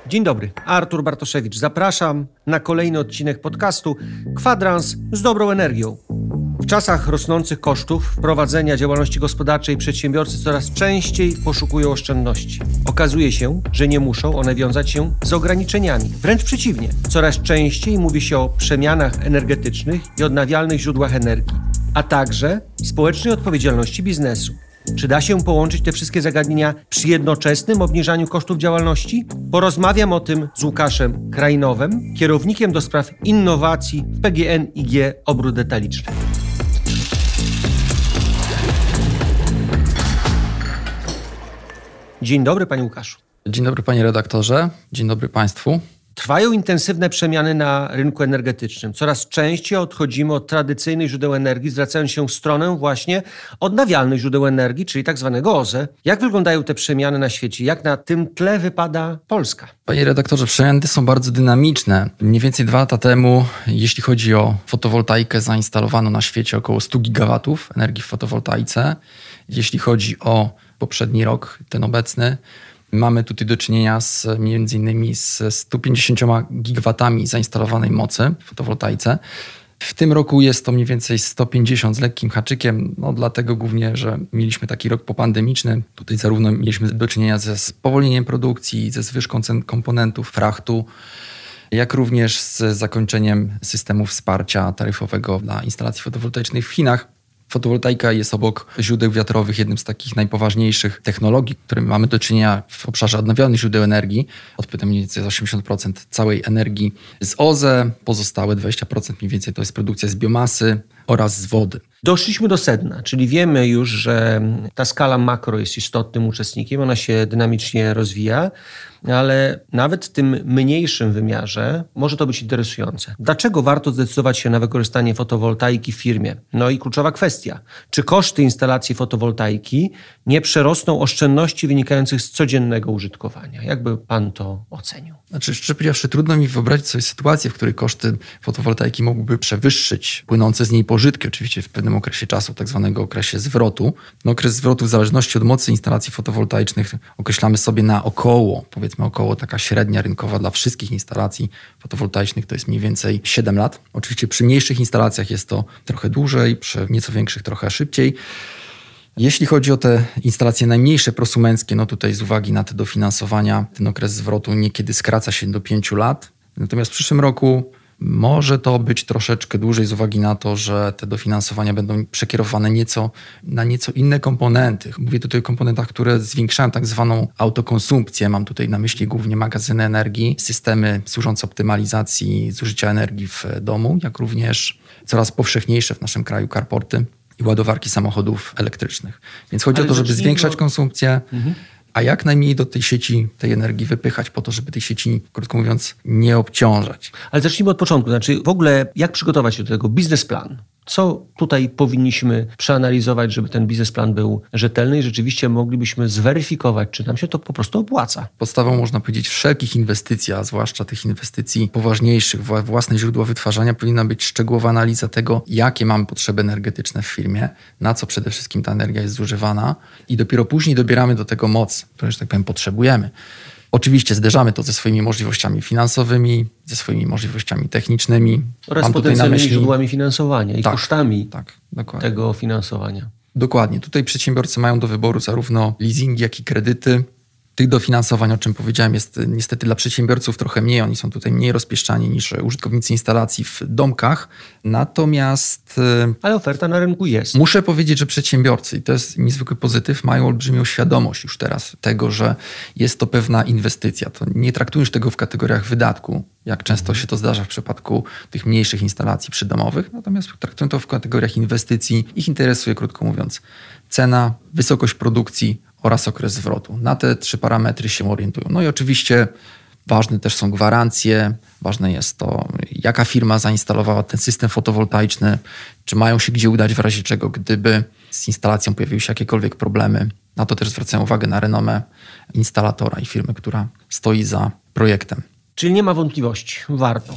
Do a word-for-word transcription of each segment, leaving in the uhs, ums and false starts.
Dzień dobry, Artur Bartoszewicz. Zapraszam na kolejny odcinek podcastu Kwadrans z dobrą energią. W czasach rosnących kosztów prowadzenia działalności gospodarczej przedsiębiorcy coraz częściej poszukują oszczędności. Okazuje się, że nie muszą one wiązać się z ograniczeniami. Wręcz przeciwnie, coraz częściej mówi się o przemianach energetycznych i odnawialnych źródłach energii, a także społecznej odpowiedzialności biznesu. Czy da się połączyć te wszystkie zagadnienia przy jednoczesnym obniżaniu kosztów działalności? Porozmawiam o tym z Łukaszem Krajnowem, kierownikiem do spraw innowacji w P G N I G Obrót Detaliczny. Dzień dobry, panie Łukaszu. Dzień dobry, panie redaktorze. Dzień dobry państwu. Trwają intensywne przemiany na rynku energetycznym. Coraz częściej odchodzimy od tradycyjnych źródeł energii, zwracając się w stronę właśnie odnawialnych źródeł energii, czyli tak zwanego O Z E. Jak wyglądają te przemiany na świecie? Jak na tym tle wypada Polska? Panie redaktorze, przemiany są bardzo dynamiczne. Mniej więcej dwa lata temu, jeśli chodzi o fotowoltaikę, zainstalowano na świecie około sto gigawatów energii w fotowoltaice. Jeśli chodzi o poprzedni rok, ten obecny, mamy tutaj do czynienia z między innymi z sto pięćdziesięcioma gigawatami zainstalowanej mocy w fotowoltaice. W tym roku jest to mniej więcej sto pięćdziesiąt z lekkim haczykiem, no dlatego głównie, że mieliśmy taki rok popandemiczny. Tutaj zarówno mieliśmy do czynienia ze spowolnieniem produkcji, ze zwyżką cen komponentów, frachtu, jak również z zakończeniem systemu wsparcia taryfowego dla instalacji fotowoltaicznych w Chinach. Fotowoltaika jest obok źródeł wiatrowych jednym z takich najpoważniejszych technologii, którymi mamy do czynienia w obszarze odnawialnych źródeł energii. Odpowiada mniej więcej osiemdziesiąt procent całej energii z O Z E, pozostałe dwadzieścia procent mniej więcej to jest produkcja z biomasy oraz z wody. Doszliśmy do sedna, czyli wiemy już, że ta skala makro jest istotnym uczestnikiem, ona się dynamicznie rozwija, ale nawet w tym mniejszym wymiarze może to być interesujące. Dlaczego warto zdecydować się na wykorzystanie fotowoltaiki w firmie? No i kluczowa kwestia. Czy koszty instalacji fotowoltaiki nie przerosną oszczędności wynikających z codziennego użytkowania? Jakby pan to ocenił? Znaczy, szczerze powiedziawszy, trudno mi wyobrazić sobie sytuację, w której koszty fotowoltaiki mogłyby przewyższyć płynące z niej pożytki, oczywiście w pewnym okresie czasu, tak zwanego okresie zwrotu. No, okres zwrotu w zależności od mocy instalacji fotowoltaicznych określamy sobie na około, powiedzmy około taka średnia rynkowa dla wszystkich instalacji fotowoltaicznych to jest mniej więcej siedem lat. Oczywiście przy mniejszych instalacjach jest to trochę dłużej, przy nieco większych trochę szybciej. Jeśli chodzi o te instalacje najmniejsze, prosumenckie, no tutaj z uwagi na te dofinansowania ten okres zwrotu niekiedy skraca się do pięciu lat. Natomiast w przyszłym roku może to być troszeczkę dłużej z uwagi na to, że te dofinansowania będą przekierowane nieco na nieco inne komponenty. Mówię tutaj o komponentach, które zwiększają tak zwaną autokonsumpcję. Mam tutaj na myśli głównie magazyny energii, systemy służące optymalizacji zużycia energii w domu, jak również coraz powszechniejsze w naszym kraju carporty i ładowarki samochodów elektrycznych. Więc chodzi Ale o to, żeby zwiększać do... konsumpcję, mhm. a jak najmniej do tej sieci tej energii wypychać po to, żeby tej sieci, krótko mówiąc, nie obciążać. Ale zacznijmy od początku. Znaczy w ogóle jak przygotować się do tego biznesplan? Co tutaj powinniśmy przeanalizować, żeby ten biznesplan był rzetelny i rzeczywiście moglibyśmy zweryfikować, czy nam się to po prostu opłaca? Podstawą, można powiedzieć, wszelkich inwestycji, a zwłaszcza tych inwestycji poważniejszych, własne źródła wytwarzania, powinna być szczegółowa analiza tego, jakie mamy potrzeby energetyczne w firmie, na co przede wszystkim ta energia jest zużywana i dopiero później dobieramy do tego moc, którą, że tak powiem, potrzebujemy. Oczywiście zderzamy to ze swoimi możliwościami finansowymi, ze swoimi możliwościami technicznymi. Oraz potencjalnymi myśli... źródłami finansowania i tak, kosztami tak, tego finansowania. Dokładnie. Tutaj przedsiębiorcy mają do wyboru zarówno leasingi, jak i kredyty. Tych dofinansowań, o czym powiedziałem, jest niestety dla przedsiębiorców trochę mniej. Oni są tutaj mniej rozpieszczani niż użytkownicy instalacji w domkach. Natomiast... Ale oferta na rynku jest. Muszę powiedzieć, że przedsiębiorcy, i to jest niezwykły pozytyw, mają olbrzymią świadomość już teraz tego, że jest to pewna inwestycja. To nie traktujesz tego w kategoriach wydatku, jak często się to zdarza w przypadku tych mniejszych instalacji przydomowych. Natomiast traktują to w kategoriach inwestycji. Ich interesuje, krótko mówiąc, cena, wysokość produkcji oraz okres zwrotu. Na te trzy parametry się orientują. No i oczywiście ważne też są gwarancje, ważne jest to, jaka firma zainstalowała ten system fotowoltaiczny, czy mają się gdzie udać w razie czego, gdyby z instalacją pojawiły się jakiekolwiek problemy. Na to też zwracają uwagę na renomę instalatora i firmy, która stoi za projektem. Czyli nie ma wątpliwości, warto.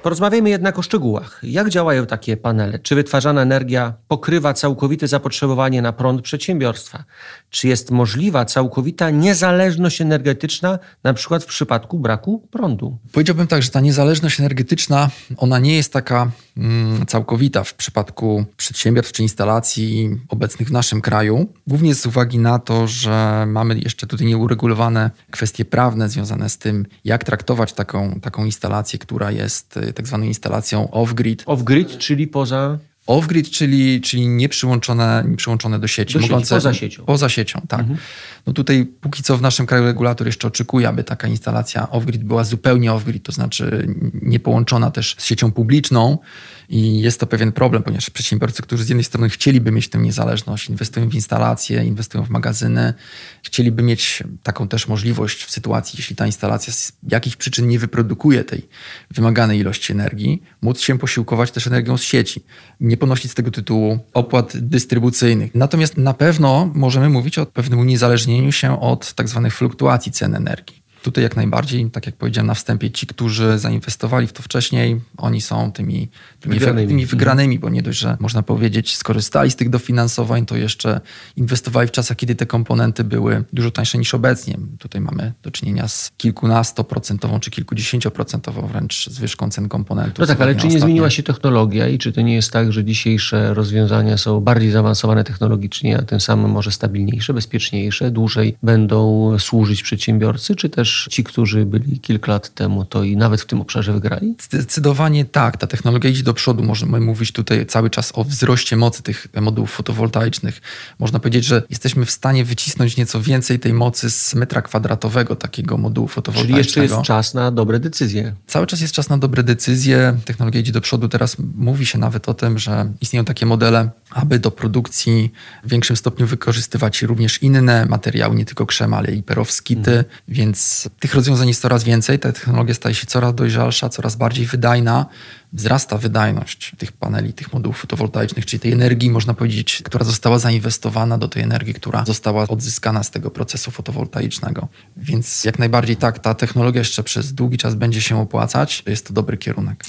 Porozmawiajmy jednak o szczegółach. Jak działają takie panele? Czy wytwarzana energia pokrywa całkowite zapotrzebowanie na prąd przedsiębiorstwa? Czy jest możliwa całkowita niezależność energetyczna, na przykład w przypadku braku prądu? Powiedziałbym tak, że ta niezależność energetyczna, ona nie jest taka mm, całkowita w przypadku przedsiębiorstw czy instalacji obecnych w naszym kraju. Głównie z uwagi na to, że mamy jeszcze tutaj nieuregulowane kwestie prawne związane z tym, jak traktować taką, taką instalację, która jest tak zwaną instalacją off-grid. Off-grid, czyli poza... Off-grid, czyli, czyli nieprzyłączone, nieprzyłączone do sieci. Do sieci, mogące, poza siecią. Poza siecią, tak. Mhm. No tutaj póki co w naszym kraju regulator jeszcze oczekuje, aby taka instalacja off-grid była zupełnie off-grid, to znaczy nie połączona też z siecią publiczną i jest to pewien problem, ponieważ przedsiębiorcy, którzy z jednej strony chcieliby mieć tę niezależność, inwestują w instalacje, inwestują w magazyny, chcieliby mieć taką też możliwość w sytuacji, jeśli ta instalacja z jakichś przyczyn nie wyprodukuje tej wymaganej ilości energii, móc się posiłkować też energią z sieci. Nie ponosić z tego tytułu opłat dystrybucyjnych. Natomiast na pewno możemy mówić o pewnym uniezależnieniu się od tak zwanych fluktuacji cen energii. Tutaj jak najbardziej, tak jak powiedziałem na wstępie, ci, którzy zainwestowali w to wcześniej, oni są tymi, tymi, wygranymi. tymi wygranymi, bo nie dość, że można powiedzieć skorzystali z tych dofinansowań, to jeszcze inwestowali w czasach, kiedy te komponenty były dużo tańsze niż obecnie. Tutaj mamy do czynienia z kilkunastoprocentową czy kilkudziesięcioprocentową wręcz zwyżką cen komponentów. No tak, ale czy nie ostatnie... zmieniła się technologia i czy to nie jest tak, że dzisiejsze rozwiązania są bardziej zaawansowane technologicznie, a tym samym może stabilniejsze, bezpieczniejsze, dłużej będą służyć przedsiębiorcy, czy też ci, którzy byli kilka lat temu, to i nawet w tym obszarze wygrali? Zdecydowanie tak. Ta technologia idzie do przodu. Możemy mówić tutaj cały czas o wzroście mocy tych modułów fotowoltaicznych. Można powiedzieć, że jesteśmy w stanie wycisnąć nieco więcej tej mocy z metra kwadratowego takiego modułu fotowoltaicznego. Czyli jeszcze jest czas na dobre decyzje. Cały czas jest czas na dobre decyzje. Technologia idzie do przodu. Teraz mówi się nawet o tym, że istnieją takie modele, aby do produkcji w większym stopniu wykorzystywać również inne materiały, nie tylko krzem, ale i perowskity, hmm. więc tych rozwiązań jest coraz więcej, ta technologia staje się coraz dojrzalsza, coraz bardziej wydajna. Wzrasta wydajność tych paneli, tych modułów fotowoltaicznych, czyli tej energii, można powiedzieć, która została zainwestowana do tej energii, która została odzyskana z tego procesu fotowoltaicznego. Więc jak najbardziej tak, ta technologia jeszcze przez długi czas będzie się opłacać. Jest to dobry kierunek.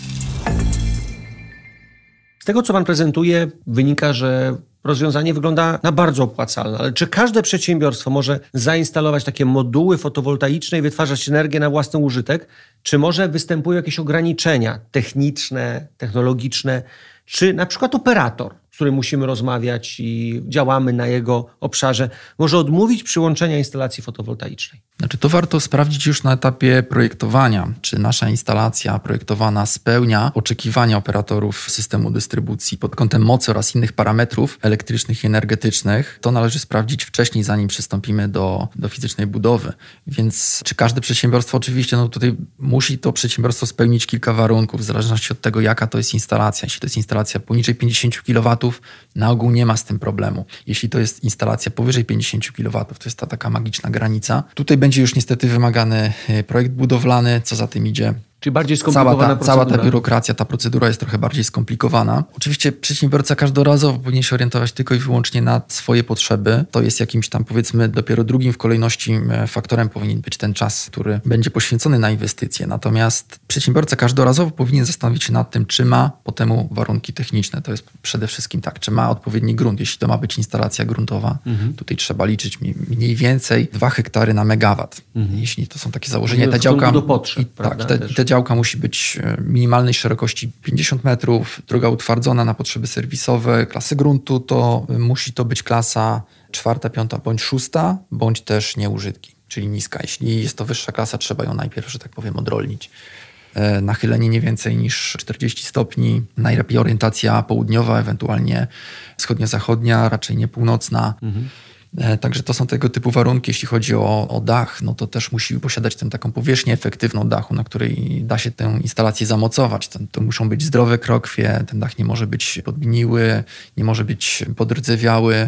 Z tego, co pan prezentuje, wynika, że rozwiązanie wygląda na bardzo opłacalne, ale czy każde przedsiębiorstwo może zainstalować takie moduły fotowoltaiczne i wytwarzać energię na własny użytek? Czy może występują jakieś ograniczenia techniczne, technologiczne, czy na przykład operator, z którym musimy rozmawiać i działamy na jego obszarze, może odmówić przyłączenia instalacji fotowoltaicznej? Znaczy to warto sprawdzić już na etapie projektowania, czy nasza instalacja projektowana spełnia oczekiwania operatorów systemu dystrybucji pod kątem mocy oraz innych parametrów elektrycznych i energetycznych. To należy sprawdzić wcześniej, zanim przystąpimy do, do fizycznej budowy. Więc czy każde przedsiębiorstwo, oczywiście no tutaj musi to przedsiębiorstwo spełnić kilka warunków, w zależności od tego, jaka to jest instalacja. Jeśli to jest instalacja poniżej pięćdziesiąt kilowatów, na ogół nie ma z tym problemu. Jeśli to jest instalacja powyżej pięćdziesiąt kilowatów, to jest ta taka magiczna granica. Tutaj będzie już niestety wymagany projekt budowlany, co za tym idzie. Czyli bardziej skomplikowana cała ta, procedura. Cała ta biurokracja, ta procedura jest trochę bardziej skomplikowana. Oczywiście przedsiębiorca każdorazowo powinien się orientować tylko i wyłącznie na swoje potrzeby. To jest jakimś tam, powiedzmy, dopiero drugim w kolejności faktorem powinien być ten czas, który będzie poświęcony na inwestycje. Natomiast przedsiębiorca każdorazowo powinien zastanowić się nad tym, czy ma po temu warunki techniczne. To jest przede wszystkim tak, czy ma odpowiedni grunt. Jeśli to ma być instalacja gruntowa, mhm. tutaj trzeba liczyć mniej więcej dwa hektary na megawat. Mhm. Jeśli to są takie założenia, ta działka... do potrzeb, i, tak, te, te działka musi być minimalnej szerokości pięćdziesiąt metrów, droga utwardzona na potrzeby serwisowe, klasy gruntu, to musi to być klasa czwarta, piąta bądź szósta, bądź też nieużytki, czyli niska. Jeśli jest to wyższa klasa, trzeba ją najpierw, że tak powiem, odrolnić. Nachylenie nie więcej niż czterdzieści stopni, najlepiej orientacja południowa, ewentualnie wschodnio-zachodnia, raczej nie północna. Mhm. Także to są tego typu warunki. Jeśli chodzi o, o dach, no to też musi posiadać tę taką powierzchnię efektywną dachu, na której da się tę instalację zamocować. To, to muszą być zdrowe krokwie, ten dach nie może być podgniły, nie może być podrdzewiały.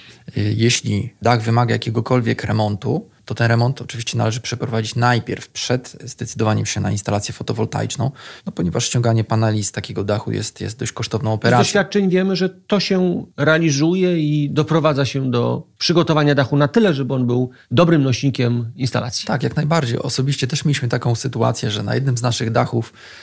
Jeśli dach wymaga jakiegokolwiek remontu, to ten remont oczywiście należy przeprowadzić najpierw przed zdecydowaniem się na instalację fotowoltaiczną, no ponieważ ściąganie paneli z takiego dachu jest, jest dość kosztowną operacją. Z doświadczeń wiemy, że to się realizuje i doprowadza się do przygotowania dachu na tyle, żeby on był dobrym nośnikiem instalacji. Tak, jak najbardziej. Osobiście też mieliśmy taką sytuację, że na jednym z naszych dachów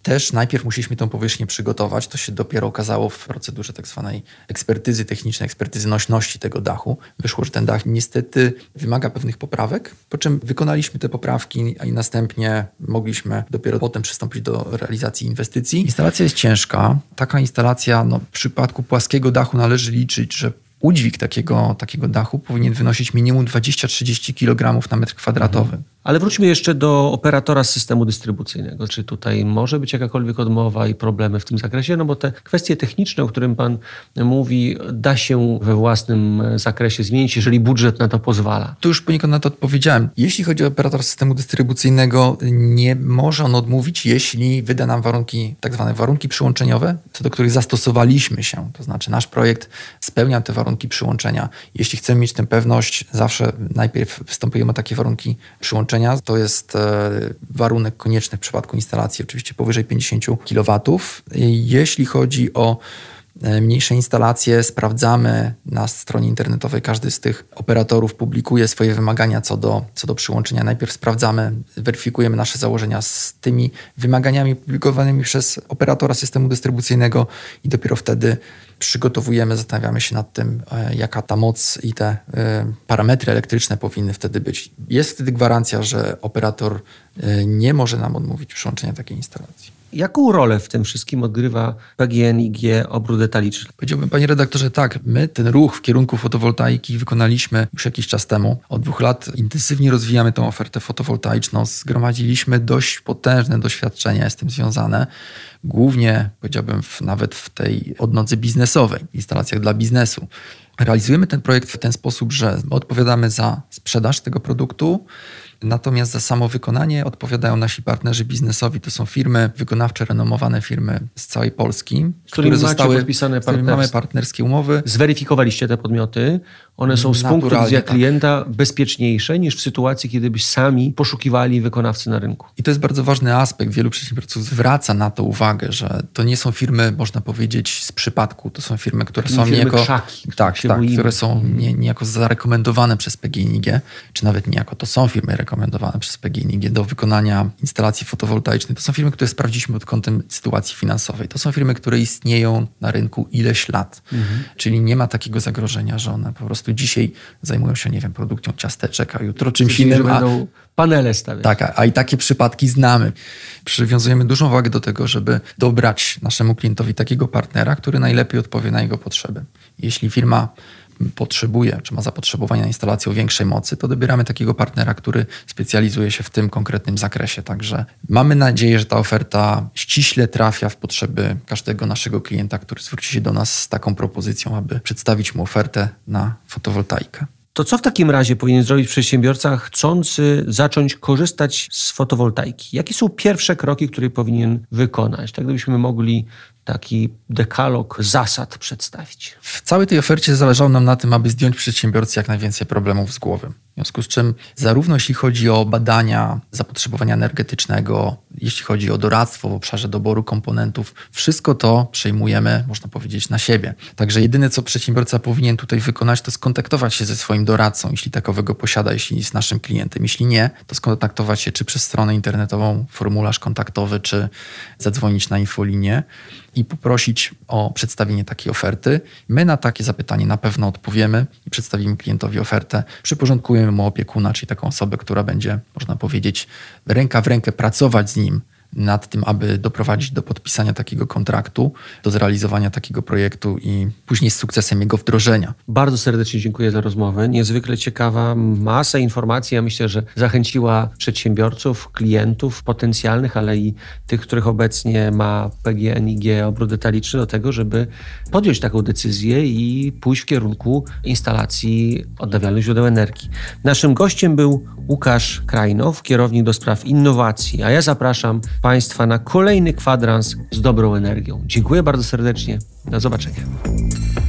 też najpierw musieliśmy tą powierzchnię przygotować. To się dopiero okazało w procedurze tak zwanej ekspertyzy technicznej, ekspertyzy nośności tego dachu. Wyszło, że ten dach niestety wymaga pewnych poprawek, po czym wykonaliśmy te poprawki, a i następnie mogliśmy dopiero potem przystąpić do realizacji inwestycji. Instalacja jest ciężka. Taka instalacja, no, w przypadku płaskiego dachu należy liczyć, że udźwig takiego, takiego dachu powinien wynosić minimum dwadzieścia do trzydziestu kilogramów na metr kwadratowy. Ale wróćmy jeszcze do operatora systemu dystrybucyjnego. Czy tutaj może być jakakolwiek odmowa i problemy w tym zakresie? No bo te kwestie techniczne, o którym pan mówi, da się we własnym zakresie zmienić, jeżeli budżet na to pozwala. Tu już poniekąd na to odpowiedziałem. Jeśli chodzi o operator systemu dystrybucyjnego, nie może on odmówić, jeśli wyda nam warunki, tak zwane warunki przyłączeniowe, co do których zastosowaliśmy się. To znaczy nasz projekt spełnia te warunki przyłączenia. Jeśli chcemy mieć tę pewność, zawsze najpierw wstępujemy o takie warunki przyłączenia. To jest warunek konieczny w przypadku instalacji, oczywiście powyżej pięćdziesiąt kilowatów. Jeśli chodzi o mniejsze instalacje, sprawdzamy na stronie internetowej, każdy z tych operatorów publikuje swoje wymagania co do, co do przyłączenia. Najpierw sprawdzamy, weryfikujemy nasze założenia z tymi wymaganiami publikowanymi przez operatora systemu dystrybucyjnego i dopiero wtedy przygotowujemy, zastanawiamy się nad tym, jaka ta moc i te parametry elektryczne powinny wtedy być. Jest wtedy gwarancja, że operator nie może nam odmówić przyłączenia takiej instalacji. Jaką rolę w tym wszystkim odgrywa P G N I G Obrót Detaliczny? Powiedziałbym, panie redaktorze, tak, my ten ruch w kierunku fotowoltaiki wykonaliśmy już jakiś czas temu. Od dwóch lat intensywnie rozwijamy tą ofertę fotowoltaiczną. Zgromadziliśmy dość potężne doświadczenia z tym związane. Głównie, powiedziałbym, w, nawet w tej odnodze biznesowej, instalacjach dla biznesu. Realizujemy ten projekt w ten sposób, że odpowiadamy za sprzedaż tego produktu, natomiast za samo wykonanie odpowiadają nasi partnerzy biznesowi. To są firmy wykonawcze, renomowane firmy z całej Polski, z które zostały podpisane mamy partnerskie umowy. Zweryfikowaliście te podmioty. One są z punktu widzenia tak. klienta bezpieczniejsze niż w sytuacji, kiedy byś sami poszukiwali wykonawcy na rynku. I to jest bardzo ważny aspekt. Wielu przedsiębiorców zwraca na to uwagę, że to nie są firmy, można powiedzieć, z przypadku. To są firmy, które Czyli są firmy niejako, krzaki, tak, tak, które są nie, niejako zarekomendowane przez P G N I G, czy nawet niejako to są firmy rekomendowane przez P G N I G do wykonania instalacji fotowoltaicznej. To są firmy, które sprawdziliśmy pod kątem sytuacji finansowej. To są firmy, które istnieją na rynku ileś lat. Mhm. Czyli nie ma takiego zagrożenia, że one po prostu dzisiaj zajmują się, nie wiem, produkcją ciasteczek, a jutro czymś Czyli, innym. Że będą panele stawiać. Tak, a, a i takie przypadki znamy. Przywiązujemy dużą wagę do tego, żeby dobrać naszemu klientowi takiego partnera, który najlepiej odpowie na jego potrzeby. Jeśli firma potrzebuje, czy ma zapotrzebowanie na instalację o większej mocy, to dobieramy takiego partnera, który specjalizuje się w tym konkretnym zakresie. Także mamy nadzieję, że ta oferta ściśle trafia w potrzeby każdego naszego klienta, który zwróci się do nas z taką propozycją, aby przedstawić mu ofertę na fotowoltaikę. To co w takim razie powinien zrobić przedsiębiorca chcący zacząć korzystać z fotowoltaiki? Jakie są pierwsze kroki, które powinien wykonać? Tak gdybyśmy mogli taki dekalog zasad przedstawić. W całej tej ofercie zależało nam na tym, aby zdjąć przedsiębiorcy jak najwięcej problemów z głowy. W związku z czym zarówno jeśli chodzi o badania zapotrzebowania energetycznego, jeśli chodzi o doradztwo w obszarze doboru komponentów, wszystko to przejmujemy, można powiedzieć, na siebie. Także jedyne, co przedsiębiorca powinien tutaj wykonać, to skontaktować się ze swoim doradcą, jeśli takowego posiada, jeśli jest naszym klientem. Jeśli nie, to skontaktować się czy przez stronę internetową, formularz kontaktowy, czy zadzwonić na infolinię i poprosić o przedstawienie takiej oferty. My na takie zapytanie na pewno odpowiemy i przedstawimy klientowi ofertę. Przyporządkujemy mu opiekuna, czyli taką osobę, która będzie, można powiedzieć, ręka w rękę pracować z nim nad tym, aby doprowadzić do podpisania takiego kontraktu, do zrealizowania takiego projektu i później z sukcesem jego wdrożenia. Bardzo serdecznie dziękuję za rozmowę. Niezwykle ciekawa, masa informacji. Ja myślę, że zachęciła przedsiębiorców, klientów potencjalnych, ale i tych, których obecnie ma P G N I G Obrót Detaliczny do tego, żeby podjąć taką decyzję i pójść w kierunku instalacji odnawialnych źródeł energii. Naszym gościem był Łukasz Krajnow, kierownik do spraw innowacji, a ja zapraszam Państwa na kolejny kwadrans z dobrą energią. Dziękuję bardzo serdecznie. Do zobaczenia.